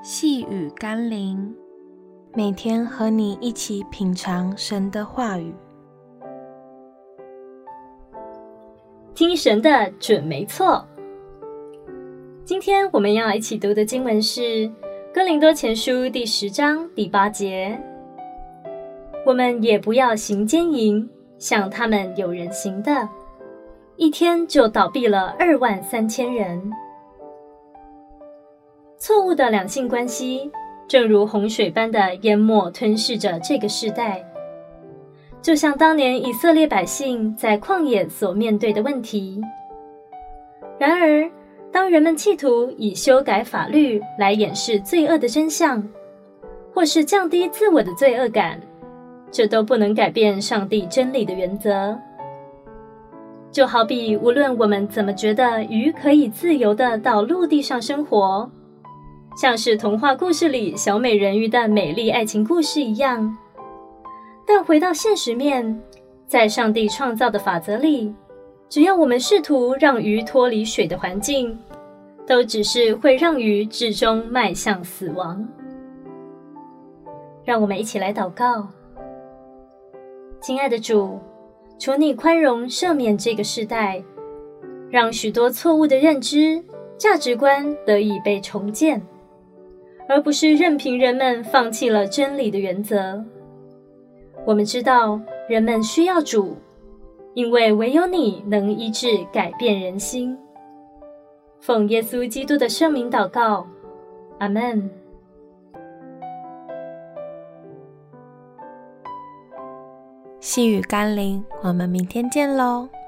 细雨甘霖，每天和你一起品尝神的话语。 听神的准没错。今天我们要一起读的经文是哥林多前书第10章第8节。我们也不要行奸淫，像他们有人行的，一天就倒闭了23000人。错误的两性关系正如洪水般的淹没吞噬着这个世代，就像当年以色列百姓在旷野所面对的问题。然而，当人们企图以修改法律来掩饰罪恶的真相，或是降低自我的罪恶感，这都不能改变上帝真理的原则。就好比无论我们怎么觉得鱼可以自由地到陆地上生活，像是童话故事里小美人鱼的美丽爱情故事一样，但回到现实面，在上帝创造的法则里，只要我们试图让鱼脱离水的环境，都只是会让鱼最终迈向死亡。让我们一起来祷告。亲爱的主，求你宽容赦免这个世代，让许多错误的认知、价值观得以被重建，而不是任凭人们放弃了真理的原则。我们知道人们需要主，因为唯有你能医治改变人心。奉耶稣基督的圣名祷告，阿们。 细雨甘霖，我们明天见喽。